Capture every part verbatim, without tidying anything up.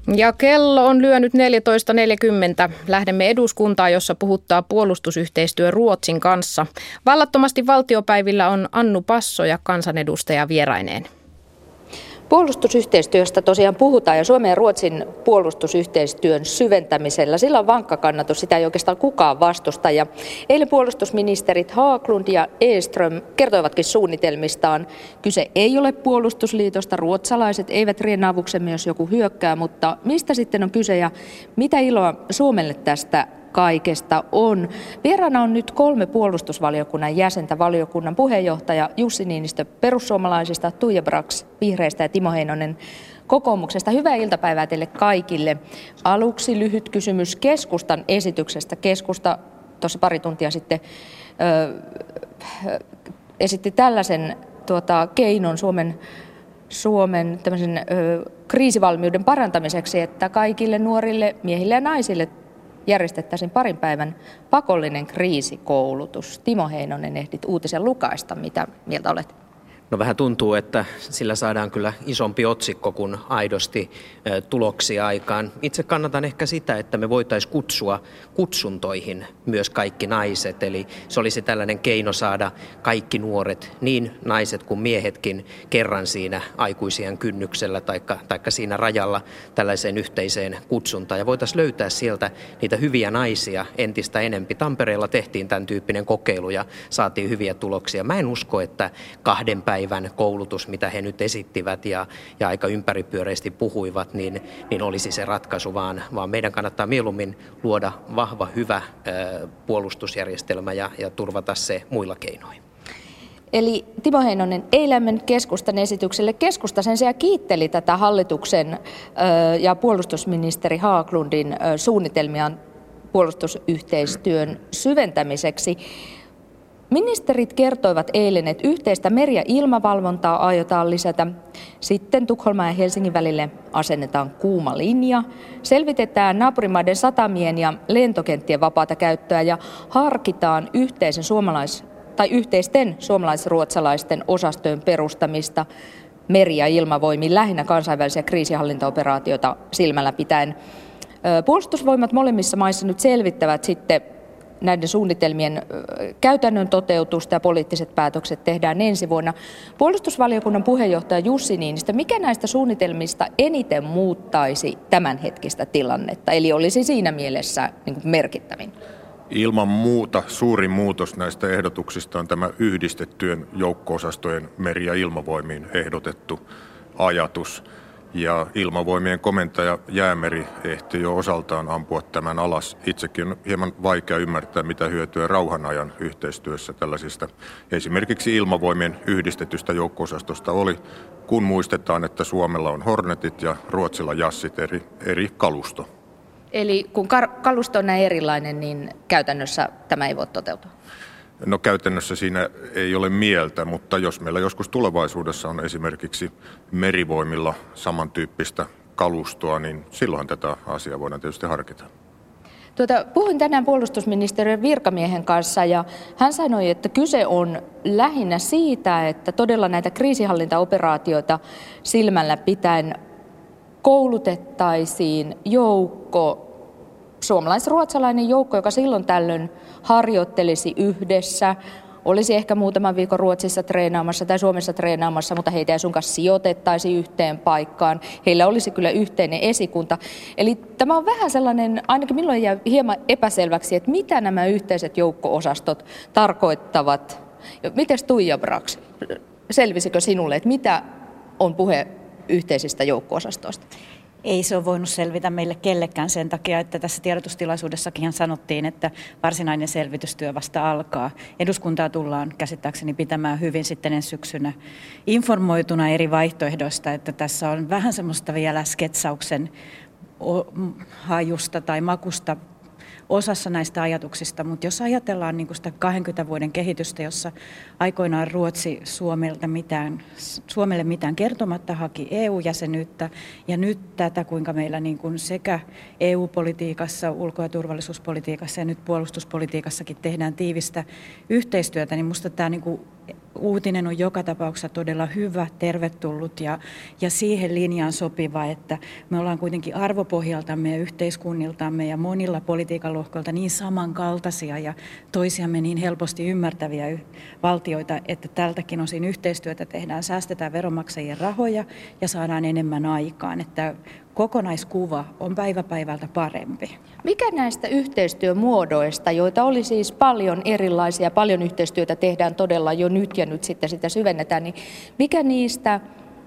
Ja kello on lyönyt neljätoista neljäkymmentä. Lähdemme eduskuntaan, jossa puhuttaa puolustusyhteistyö Ruotsin kanssa. Vallattomasti valtiopäivillä on Annu Passo ja kansanedustaja vieraineen. Puolustusyhteistyöstä tosiaan puhutaan ja Suomen ja Ruotsin puolustusyhteistyön syventämisellä. Sillä on vankka kannatus, sitä ei oikeastaan kukaan vastusta. Ja eilen puolustusministerit Haglund ja Eström kertoivatkin suunnitelmistaan. Kyse ei ole puolustusliitosta, ruotsalaiset eivät riennaavuksemme, jos joku hyökkää, mutta mistä sitten on kyse ja mitä iloa Suomelle tästä kaikesta on? Vieraana on nyt kolme puolustusvaliokunnan jäsentä, valiokunnan puheenjohtaja Jussi Niinistö perussuomalaisista, Tuija Brax vihreistä ja Timo Heinonen kokoomuksesta. Hyvää iltapäivää teille kaikille. Aluksi lyhyt kysymys keskustan esityksestä. Keskusta tuossa pari tuntia sitten ö, esitti tällaisen tuota, keinon Suomen Suomen tämmöisen, ö, kriisivalmiuden parantamiseksi, että kaikille nuorille miehille ja naisille järjestettäisiin parin päivän pakollinen kriisikoulutus. Timo Heinonen, ehdit uutisen lukaista. Mitä mieltä olet? No vähän tuntuu, että sillä saadaan kyllä isompi otsikko kuin aidosti tuloksia aikaan. Itse kannatan ehkä sitä, että me voitaisiin kutsua kutsuntoihin myös kaikki naiset. Eli se olisi tällainen keino saada kaikki nuoret, niin naiset kuin miehetkin, kerran siinä aikuisien kynnyksellä taikka, taikka siinä rajalla tällaiseen yhteiseen kutsuntaan. Ja voitaisiin löytää sieltä niitä hyviä naisia entistä enempi. Tampereella tehtiin tämän tyyppinen kokeilu ja saatiin hyviä tuloksia. Mä en usko, että kahden päivän päivän koulutus, mitä he nyt esittivät ja, ja aika ympäripyöreästi puhuivat, niin, niin olisi se ratkaisu, vaan, vaan meidän kannattaa mieluummin luoda vahva, hyvä ö, puolustusjärjestelmä ja, ja turvata se muilla keinoin. Eli Timo Heinonen, ei lämmennyt keskustan esitykselle. Keskusta sen sijaan kiitteli tätä hallituksen ö, ja puolustusministeri Haglundin ö, suunnitelmia puolustusyhteistyön syventämiseksi. Ministerit kertoivat eilen, että yhteistä meri- ja ilmavalvontaa aiotaan lisätä. Sitten Tukholman ja Helsingin välille asennetaan kuuma linja. Selvitetään naapurimaiden satamien ja lentokenttien vapaata käyttöä ja harkitaan yhteisen suomalais- tai yhteisten suomalais-ruotsalaisten osastojen perustamista meri- ja ilmavoimiin lähinnä kansainvälisiä kriisinhallintaoperaatioita silmällä pitäen. Puolustusvoimat molemmissa maissa nyt selvittävät sitten näiden suunnitelmien käytännön toteutusta ja poliittiset päätökset tehdään ensi vuonna. Puolustusvaliokunnan puheenjohtaja Jussi Niinistö, mikä näistä suunnitelmista eniten muuttaisi tämänhetkistä tilannetta, eli olisi siinä mielessä niin kuin merkittävin? Ilman muuta suurin muutos näistä ehdotuksista on tämä yhdistettyjen joukko-osastojen meri- ja ilmavoimiin ehdotettu ajatus. Ja ilmavoimien komentaja Jäämeri ehti jo osaltaan ampua tämän alas. Itsekin on hieman vaikea ymmärtää, mitä hyötyä rauhanajan yhteistyössä tällaisista esimerkiksi ilmavoimien yhdistetystä joukko-osastosta oli, kun muistetaan, että Suomella on Hornetit ja Ruotsilla Jassit, eri, eri kalusto. Eli kun kalusto on näin erilainen, niin käytännössä tämä ei voi toteutua? No käytännössä siinä ei ole mieltä, mutta jos meillä joskus tulevaisuudessa on esimerkiksi merivoimilla samantyyppistä kalustoa, niin silloin tätä asiaa voidaan tietysti harkita. Tuota, puhuin tänään puolustusministeriön virkamiehen kanssa ja hän sanoi, että kyse on lähinnä siitä, että todella näitä kriisinhallintaoperaatioita silmällä pitäen koulutettaisiin joukko, suomalais-ruotsalainen joukko, joka silloin tällöin harjoittelisi yhdessä, olisi ehkä muutaman viikon Ruotsissa treenaamassa tai Suomessa treenaamassa, mutta heitä ei suinkaan sijoitettaisi yhteen paikkaan. Heillä olisi kyllä yhteinen esikunta. Eli tämä on vähän sellainen, ainakin minulle jää hieman epäselväksi, että mitä nämä yhteiset joukko-osastot tarkoittavat. Mites Tuija Brax, selvisikö sinulle, että mitä on puhe yhteisistä joukko-osastoista? Ei se ole voinut selvitä meille kellekään sen takia, että tässä tiedotustilaisuudessakin sanottiin, että varsinainen selvitystyö vasta alkaa. Eduskuntaa tullaan käsittääkseni pitämään hyvin sitten ensi syksynä informoituna eri vaihtoehdoista, että tässä on vähän semmoista vielä sketsauksen hajusta tai makusta osassa näistä ajatuksista, mutta jos ajatellaan niin kuin sitä kahdenkymmenen vuoden kehitystä, jossa aikoinaan Ruotsi Suomelta mitään, Suomelle mitään kertomatta haki E U-jäsenyyttä ja nyt tätä, kuinka meillä niin kuin sekä E U-politiikassa, ulko- ja turvallisuuspolitiikassa ja nyt puolustuspolitiikassakin tehdään tiivistä yhteistyötä, niin minusta tämä niin kuin uutinen on joka tapauksessa todella hyvä, tervetullut ja, ja siihen linjaan sopiva, että me ollaan kuitenkin arvopohjaltamme ja yhteiskunniltamme ja monilla politiikan lohkoilta niin samankaltaisia ja toisiamme niin helposti ymmärtäviä valtioita, että tältäkin osin yhteistyötä tehdään, säästetään veronmaksajien rahoja ja saadaan enemmän aikaan, että kokonaiskuva on päivä päivältä parempi. Mikä näistä yhteistyömuodoista, joita oli siis paljon erilaisia, paljon yhteistyötä tehdään todella jo nyt ja nyt sitten sitä syvennetään, niin mikä niistä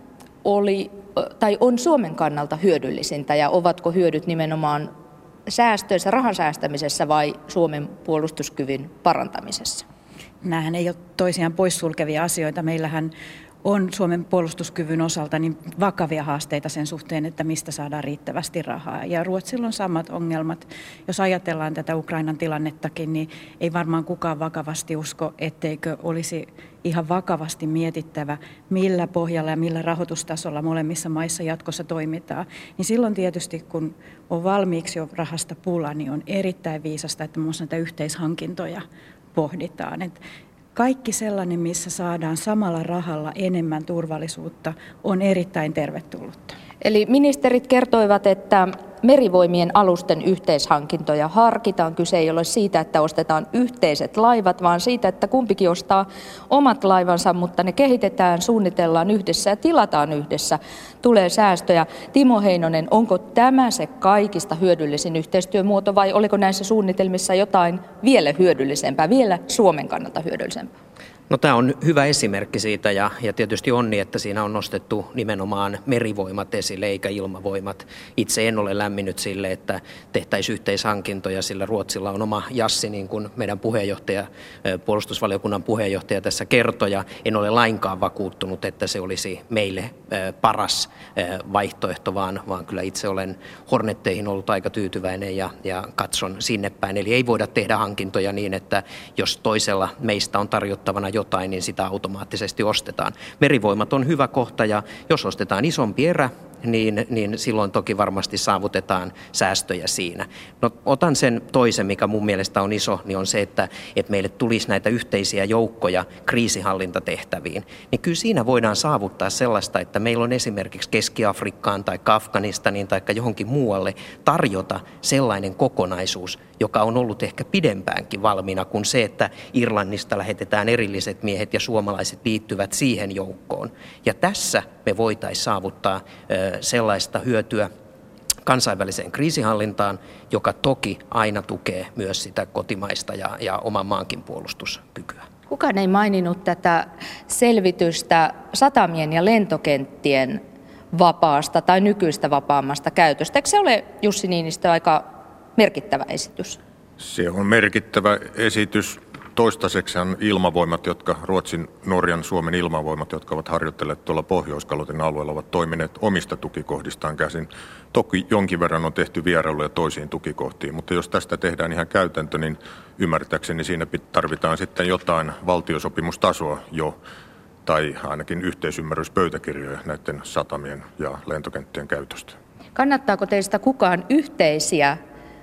oli tai on Suomen kannalta hyödyllisintä ja ovatko hyödyt nimenomaan säästöissä, rahan säästämisessä vai Suomen puolustuskyvyn parantamisessa? Nämähän ei ole toisiaan poissulkevia asioita. Meillähän on Suomen puolustuskyvyn osalta niin vakavia haasteita sen suhteen, että mistä saadaan riittävästi rahaa. Ja Ruotsilla on samat ongelmat. Jos ajatellaan tätä Ukrainan tilannettakin, niin ei varmaan kukaan vakavasti usko, etteikö olisi ihan vakavasti mietittävä, millä pohjalla ja millä rahoitustasolla molemmissa maissa jatkossa toimitaan. Niin silloin tietysti, kun on valmiiksi jo rahasta pula, niin on erittäin viisasta, että muun muassa näitä yhteishankintoja pohditaan. Et kaikki sellainen, missä saadaan samalla rahalla enemmän turvallisuutta, on erittäin tervetullutta. Eli ministerit kertoivat, että merivoimien alusten yhteishankintoja harkitaan. Kyse ei ole siitä, että ostetaan yhteiset laivat, vaan siitä, että kumpikin ostaa omat laivansa, mutta ne kehitetään, suunnitellaan yhdessä ja tilataan yhdessä. Tulee säästöjä. Timo Heinonen, onko tämä se kaikista hyödyllisin yhteistyömuoto vai oliko näissä suunnitelmissa jotain vielä hyödyllisempää, vielä Suomen kannalta hyödyllisempää? No tämä on hyvä esimerkki siitä ja, ja tietysti onni, että siinä on nostettu nimenomaan merivoimat esille eikä ilmavoimat. Itse en ole lämminnyt sille, että tehtäisiin yhteishankintoja, sillä Ruotsilla on oma jassi, niin kuin meidän puheenjohtaja, puolustusvaliokunnan puheenjohtaja tässä kertoi. Ja en ole lainkaan vakuuttunut, että se olisi meille paras vaihtoehto, vaan, vaan kyllä itse olen Hornetteihin ollut aika tyytyväinen ja, ja katson sinne päin. Eli ei voida tehdä hankintoja niin, että jos toisella meistä on tarjottavana jotain, niin sitä automaattisesti ostetaan. Merivoimat on hyvä kohta ja jos ostetaan isompi erä, niin, niin silloin toki varmasti saavutetaan säästöjä siinä. No, otan sen toisen, mikä mun mielestä on iso, niin on se, että, että meille tulisi näitä yhteisiä joukkoja kriisinhallintatehtäviin. Niin kyllä siinä voidaan saavuttaa sellaista, että meillä on esimerkiksi Keski-Afrikkaan tai Afganistaniin tai johonkin muualle tarjota sellainen kokonaisuus, joka on ollut ehkä pidempäänkin valmiina kuin se, että Irlannista lähetetään erilliset miehet ja suomalaiset liittyvät siihen joukkoon. Ja tässä me voitaisiin saavuttaa sellaista hyötyä kansainväliseen kriisinhallintaan, joka toki aina tukee myös sitä kotimaista ja, ja oman maankin puolustuskykyä. Kukaan ei maininnut tätä selvitystä satamien ja lentokenttien vapaasta tai nykyistä vapaammasta käytöstä. Eikö se ole, Jussi Niinistö, aika merkittävä esitys? Se on merkittävä esitys. Toistaiseksi ilmavoimat, jotka Ruotsin, Norjan, Suomen ilmavoimat, jotka ovat harjoitelleet tuolla Pohjoiskalotin alueella, ovat toimineet omista tukikohdistaan käsin. Toki jonkin verran on tehty vierailuja toisiin tukikohtiin, mutta jos tästä tehdään ihan käytäntö, niin ymmärtääkseni siinä tarvitaan sitten jotain valtiosopimustasoa jo, tai ainakin yhteisymmärryspöytäkirjoja näiden satamien ja lentokenttien käytöstä. Kannattaako teistä kukaan yhteisiä...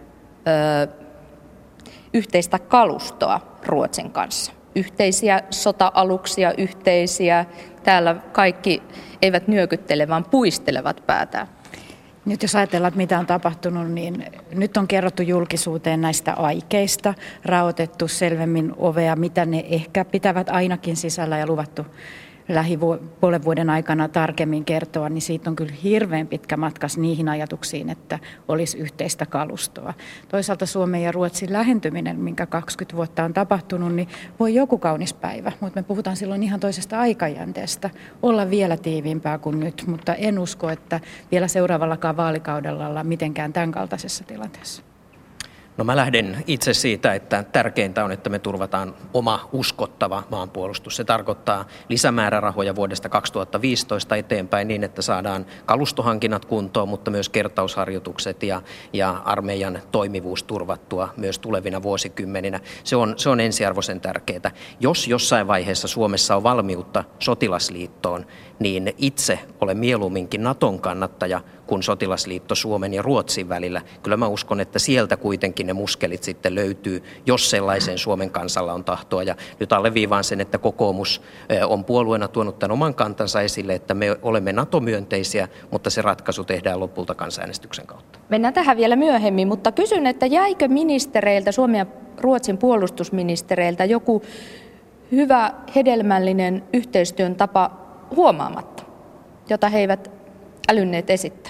Öö, yhteistä kalustoa Ruotsin kanssa? Yhteisiä sota-aluksia, yhteisiä, täällä kaikki eivät nyökyttele, vaan puistelevat päätään. Nyt jos ajatellaan, mitä on tapahtunut, niin nyt on kerrottu julkisuuteen näistä aikeista, raotettu selvemmin ovea, mitä ne ehkä pitävät ainakin sisällä ja luvattu lähipuolen vuoden aikana tarkemmin kertoa, niin siitä on kyllä hirveän pitkä matkas niihin ajatuksiin, että olisi yhteistä kalustoa. Toisaalta Suomen ja Ruotsin lähentyminen, minkä kaksikymmentä vuotta on tapahtunut, niin voi joku kaunis päivä, mutta me puhutaan silloin ihan toisesta aikajänteestä, olla vielä tiiviimpää kuin nyt, mutta en usko, että vielä seuraavallakaan vaalikaudella ollaan mitenkään tämän kaltaisessa tilanteessa. No mä lähden itse siitä, että tärkeintä on, että me turvataan oma uskottava maanpuolustus. Se tarkoittaa lisämäärärahoja vuodesta kaksituhattaviisitoista eteenpäin niin, että saadaan kalustohankinnat kuntoon, mutta myös kertausharjoitukset ja, ja armeijan toimivuus turvattua myös tulevina vuosikymmeninä. Se on, se on ensiarvoisen tärkeää. Jos jossain vaiheessa Suomessa on valmiutta sotilasliittoon, niin itse olen mieluumminkin Naton kannattaja kuin sotilasliitto Suomen ja Ruotsin välillä. Kyllä mä uskon, että sieltä kuitenkin ne muskelit sitten löytyy, jos sellaisen Suomen kansalla on tahtoa. Ja nyt alleviivaan sen, että kokoomus on puolueena tuonut tämän oman kantansa esille, että me olemme NATO-myönteisiä, mutta se ratkaisu tehdään lopulta kansanäänestyksen kautta. Mennään tähän vielä myöhemmin, mutta kysyn, että jäikö ministereiltä, Suomen ja Ruotsin puolustusministereiltä joku hyvä hedelmällinen yhteistyön tapa huomaamatta, jota he eivät älynneet esittää?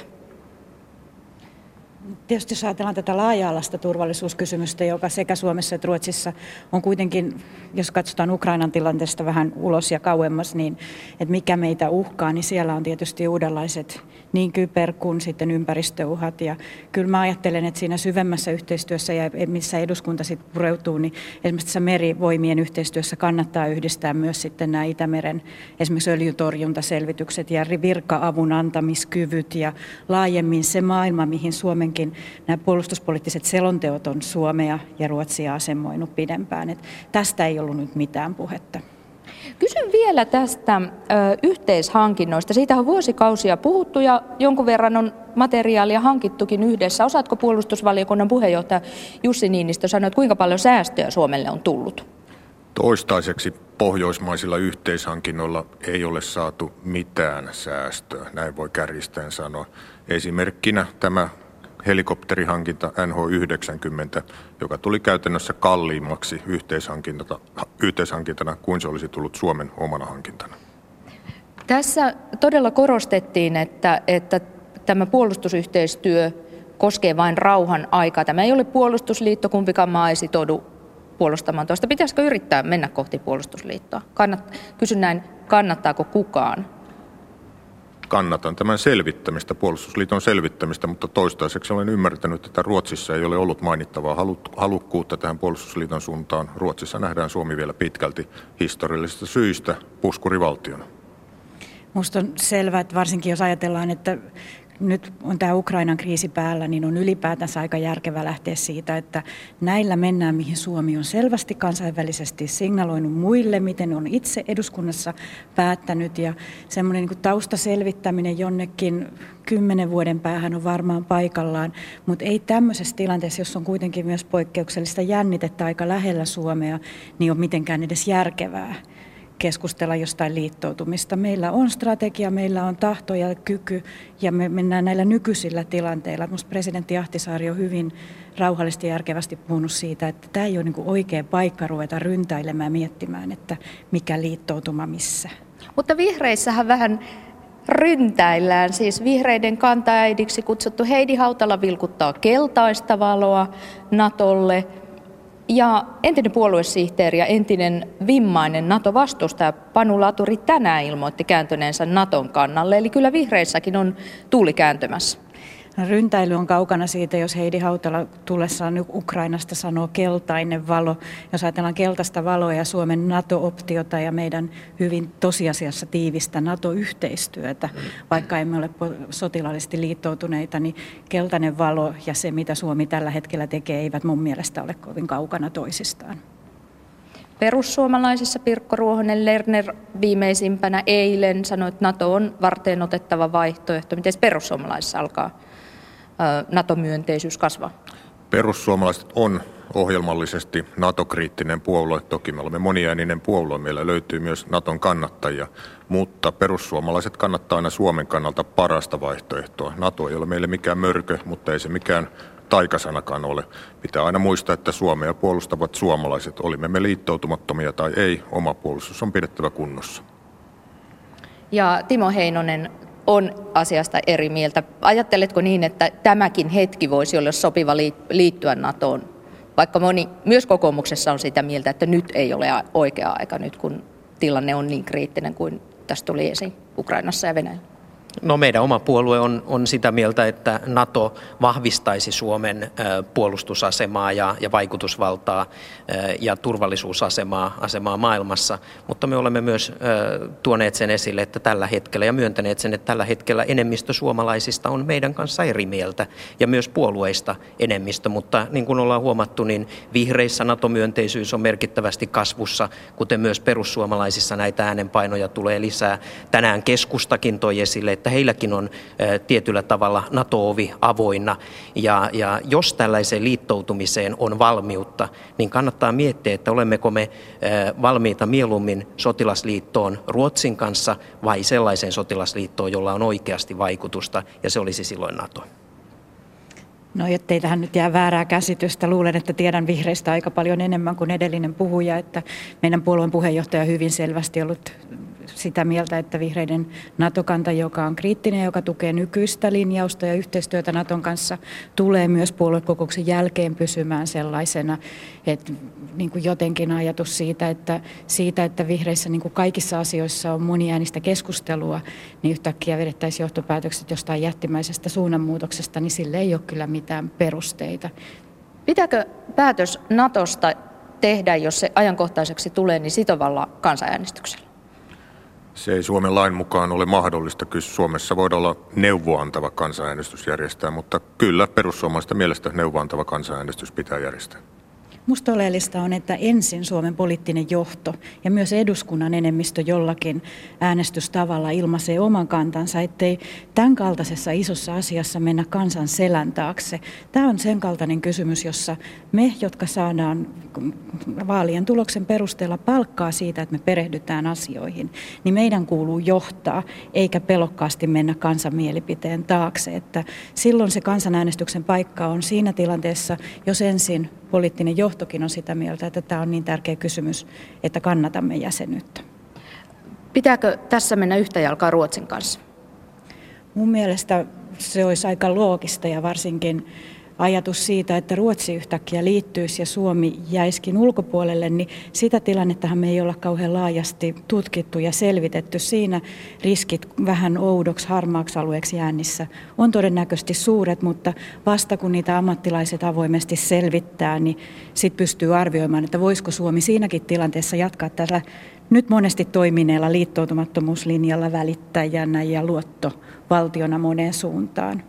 Tietysti jos ajatellaan tätä laaja-alaista turvallisuuskysymystä, joka sekä Suomessa että Ruotsissa on kuitenkin, jos katsotaan Ukrainan tilanteesta vähän ulos ja kauemmas, niin että mikä meitä uhkaa, niin siellä on tietysti uudenlaiset niin kyber- kuin sitten ympäristöuhat. Ja kyllä mä ajattelen, että siinä syvemmässä yhteistyössä ja missä eduskunta sitten pureutuu, niin esimerkiksi tässä merivoimien yhteistyössä kannattaa yhdistää myös sitten nämä Itämeren esimerkiksi öljytorjuntaselvitykset ja virka-avun antamiskyvyt ja laajemmin se maailma, mihin Suomenkin nämä puolustuspoliittiset selonteot on Suomea ja Ruotsia asemoinut pidempään. Että tästä ei ollut nyt mitään puhetta. Kysyn vielä tästä ö, yhteishankinnoista. Siitä on vuosikausia puhuttu ja jonkun verran on materiaalia hankittukin yhdessä. Osaatko puolustusvaliokunnan puheenjohtaja Jussi Niinistö sanoa, että kuinka paljon säästöjä Suomelle on tullut? Toistaiseksi pohjoismaisilla yhteishankinnoilla ei ole saatu mitään säästöä, näin voi kärjistäen sanoa. Esimerkkinä tämä helikopterihankinta N H yhdeksänkymmentä, joka tuli käytännössä kalliimmaksi yhteishankintana, yhteishankintana kuin se olisi tullut Suomen omana hankintana. Tässä todella korostettiin, että, että tämä puolustusyhteistyö koskee vain rauhan aikaa. Tämä ei ole puolustusliitto, kumpikaan maa ei sitoudu puolustamaan toista. Pitäisikö yrittää mennä kohti puolustusliittoa? Kannat, kysyn näin, kannattaako kukaan? Kannatan tämän selvittämistä, puolustusliiton selvittämistä, mutta toistaiseksi olen ymmärtänyt, että Ruotsissa ei ole ollut mainittavaa halukkuutta tähän puolustusliiton suuntaan. Ruotsissa nähdään Suomi vielä pitkälti historiallisista syistä puskurivaltiona. Minusta on selvää, että varsinkin jos ajatellaan, että nyt on tämä Ukrainan kriisi päällä, niin on ylipäätänsä aika järkevä lähteä siitä, että näillä mennään, mihin Suomi on selvästi kansainvälisesti signaloinut muille, miten on itse eduskunnassa päättänyt. Ja semmoinen niin kuin taustaselvittäminen jonnekin kymmenen vuoden päähän on varmaan paikallaan, mutta ei tämmöisessä tilanteessa, jos on kuitenkin myös poikkeuksellista jännitettä aika lähellä Suomea, niin ole mitenkään edes järkevää keskustella jostain liittoutumista. Meillä on strategia, meillä on tahto ja kyky ja me mennään näillä nykyisillä tilanteilla. Minusta presidentti Ahtisaari on hyvin rauhallisesti ja järkevästi puhunut siitä, että tämä ei ole niin kuin oikea paikka ruveta ryntäilemään ja miettimään, että mikä liittoutuma missä. Mutta vihreissähän vähän ryntäillään, siis vihreiden kantaäidiksi kutsuttu Heidi Hautala vilkuttaa keltaista valoa Natolle. Ja entinen puoluesihteeri ja entinen vimmainen NATO-vastustaja Panu Laturi tänään ilmoitti kääntyneensä Naton kannalle. Eli kyllä vihreissäkin on tuuli kääntymässä. No, ryntäily on kaukana siitä, jos Heidi Hautala tullessaan Ukrainasta sanoo keltainen valo. Jos ajatellaan keltaista valoa ja Suomen NATO-optiota ja meidän hyvin tosiasiassa tiivistä NATO-yhteistyötä, vaikka emme ole sotilaallisesti liittoutuneita, niin keltainen valo ja se, mitä Suomi tällä hetkellä tekee, eivät mun mielestä ole kovin kaukana toisistaan. Perussuomalaisissa Pirkko Ruohonen-Lerner viimeisimpänä eilen sanoi, että NATO on varteen otettava vaihtoehto. Miten perussuomalaisissa alkaa NATO-myönteisyys kasvaa? Perussuomalaiset on ohjelmallisesti NATO-kriittinen puolue. Toki me olemme moniääninen puolue. Meillä löytyy myös Naton kannattajia, mutta perussuomalaiset kannattaa aina Suomen kannalta parasta vaihtoehtoa. NATO ei ole meille mikään mörkö, mutta ei se mikään taikasanakaan ole. Pitää aina muistaa, että Suomea puolustavat suomalaiset. Olimme me liittoutumattomia tai ei, oma puolustus on pidettävä kunnossa. Ja Timo Heinonen on asiasta eri mieltä. Ajatteletko niin, että tämäkin hetki voisi olla sopiva liittyä NATOon? Vaikka moni myös kokoomuksessa on sitä mieltä, että nyt ei ole oikea aika, nyt kun tilanne on niin kriittinen kuin tästä tuli esiin Ukrainassa ja Venäjällä. No meidän oma puolue on, on sitä mieltä, että NATO vahvistaisi Suomen ö, puolustusasemaa ja, ja vaikutusvaltaa ö, ja turvallisuusasemaa asemaa maailmassa, mutta me olemme myös ö, tuoneet sen esille, että tällä hetkellä ja myöntäneet sen, että tällä hetkellä enemmistö suomalaisista on meidän kanssa eri mieltä ja myös puolueista enemmistö, mutta niin kuin ollaan huomattu, niin vihreissä NATO-myönteisyys on merkittävästi kasvussa, kuten myös perussuomalaisissa näitä äänenpainoja tulee lisää. Tänään keskustakin toi esille, että että heilläkin on tietyllä tavalla NATO-ovi avoinna. Ja, ja jos tällaiseen liittoutumiseen on valmiutta, niin kannattaa miettiä, että olemmeko me valmiita mieluummin sotilasliittoon Ruotsin kanssa vai sellaiseen sotilasliittoon, jolla on oikeasti vaikutusta, ja se olisi silloin NATO. No, jottei tähän nyt jää väärää käsitystä, luulen, että tiedän vihreistä aika paljon enemmän kuin edellinen puhuja, että meidän puolueen puheenjohtaja on hyvin selvästi ollut sitä mieltä, että vihreiden NATO-kanta, joka on kriittinen, joka tukee nykyistä linjausta ja yhteistyötä Naton kanssa, tulee myös puoluekokouksen jälkeen pysymään sellaisena, että niin kuin jotenkin ajatus siitä, että, siitä, että vihreissä niin kuin kaikissa asioissa on moniäänistä keskustelua, niin yhtäkkiä vedettäisiin johtopäätökset jostain jättimäisestä suunnanmuutoksesta, niin sille ei ole kyllä mitään perusteita. Pitääkö päätös Natosta tehdä, jos se ajankohtaiseksi tulee, niin sitovalla kansanäänestyksellä? Se ei Suomen lain mukaan ole mahdollista. Kyllä Suomessa voidaan olla neuvoantava kansanäänestys järjestää, mutta kyllä perussuomalaisten mielestä neuvoantava kansanäänestys pitää järjestää. Musta oleellista on, että ensin Suomen poliittinen johto ja myös eduskunnan enemmistö jollakin äänestystavalla ilmaisee oman kantansa, ettei tämän kaltaisessa isossa asiassa mennä kansan selän taakse. Tämä on sen kaltainen kysymys, jossa me, jotka saadaan vaalien tuloksen perusteella palkkaa siitä, että me perehdytään asioihin, niin meidän kuuluu johtaa, eikä pelokkaasti mennä kansan mielipiteen taakse. Että silloin se kansanäänestyksen paikka on siinä tilanteessa, jos ensin poliittinen johtokin on sitä mieltä, että tämä on niin tärkeä kysymys, että kannatamme jäsenyyttä. Pitääkö tässä mennä yhtä jalkaa Ruotsin kanssa? Mun mielestä se olisi aika loogista ja varsinkin ajatus siitä, että Ruotsi yhtäkkiä liittyisi ja Suomi jäiskin ulkopuolelle, niin sitä tilannettahan me ei olla kauhean laajasti tutkittu ja selvitetty. Siinä riskit vähän oudoksi, harmaaksi alueeksi jäännissä on todennäköisesti suuret, mutta vasta kun niitä ammattilaiset avoimesti selvittää, niin sitten pystyy arvioimaan, että voisiko Suomi siinäkin tilanteessa jatkaa tällä nyt monesti toimineella liittoutumattomuuslinjalla välittäjänä ja luottovaltiona moneen suuntaan.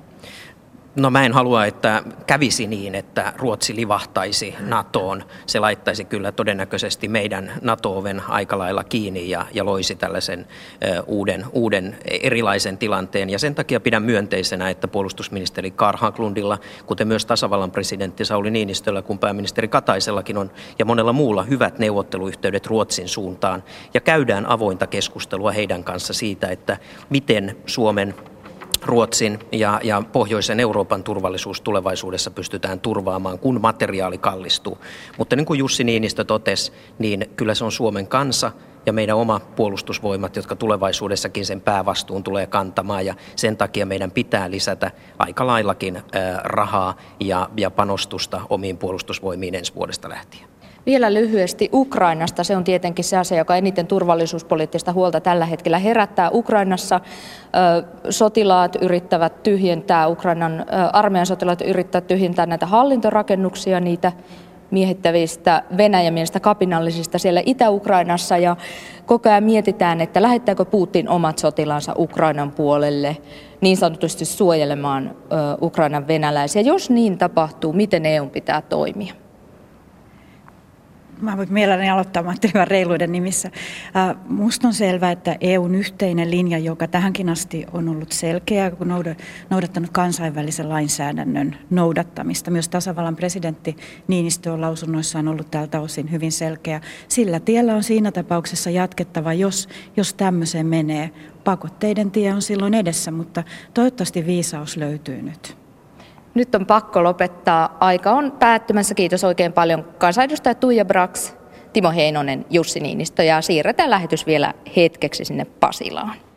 No mä en halua, että kävisi niin, että Ruotsi livahtaisi NATOon. Se laittaisi kyllä todennäköisesti meidän NATO-oven aika lailla kiinni ja, ja loisi tällaisen ö, uuden, uuden erilaisen tilanteen. Ja sen takia pidän myönteisenä, että puolustusministeri Carl Haglundilla, kuten myös tasavallan presidentti Sauli Niinistöllä, kun pääministeri Kataisellakin on ja monella muulla hyvät neuvotteluyhteydet Ruotsin suuntaan. Ja käydään avointa keskustelua heidän kanssa siitä, että miten Suomen, Ruotsin ja, ja pohjoisen Euroopan turvallisuus tulevaisuudessa pystytään turvaamaan, kun materiaali kallistuu. Mutta niin kuin Jussi Niinistö totesi, niin kyllä se on Suomen kansa ja meidän oma puolustusvoimat, jotka tulevaisuudessakin sen päävastuun tulee kantamaan. Ja sen takia meidän pitää lisätä aika laillakin äh, rahaa ja, ja panostusta omiin puolustusvoimiin ensi vuodesta lähtien. Vielä lyhyesti Ukrainasta. Se on tietenkin se asia, joka eniten turvallisuuspoliittista huolta tällä hetkellä herättää. Ukrainassa ö, sotilaat yrittävät tyhjentää, Ukrainan ö, armeijan sotilaat yrittävät tyhjentää näitä hallintorakennuksia, niitä miehittävistä venäjämielistä kapinallisista siellä Itä-Ukrainassa. Ja koko ajan mietitään, että lähettääkö Putin omat sotilaansa Ukrainan puolelle niin sanotusti suojelemaan ö, Ukrainan venäläisiä. Jos niin tapahtuu, miten E U:n pitää toimia? Mä voin mielelläni aloittaa Mattilan reiluuden nimissä. Musta on selvää, että E U:n yhteinen linja, joka tähänkin asti on ollut selkeä, kun noudattanut kansainvälisen lainsäädännön noudattamista. Myös tasavallan presidentti Niinistö on lausunnoissaan ollut tältä osin hyvin selkeä. Sillä tiellä on siinä tapauksessa jatkettava, jos, jos tämmöiseen menee. Pakotteiden tie on silloin edessä, mutta toivottavasti viisaus löytyy nyt. Nyt on pakko lopettaa. Aika on päättymässä. Kiitos oikein paljon kansanedustaja Tuija Brax, Timo Heinonen, Jussi Niinistö ja siirretään lähetys vielä hetkeksi sinne Pasilaan.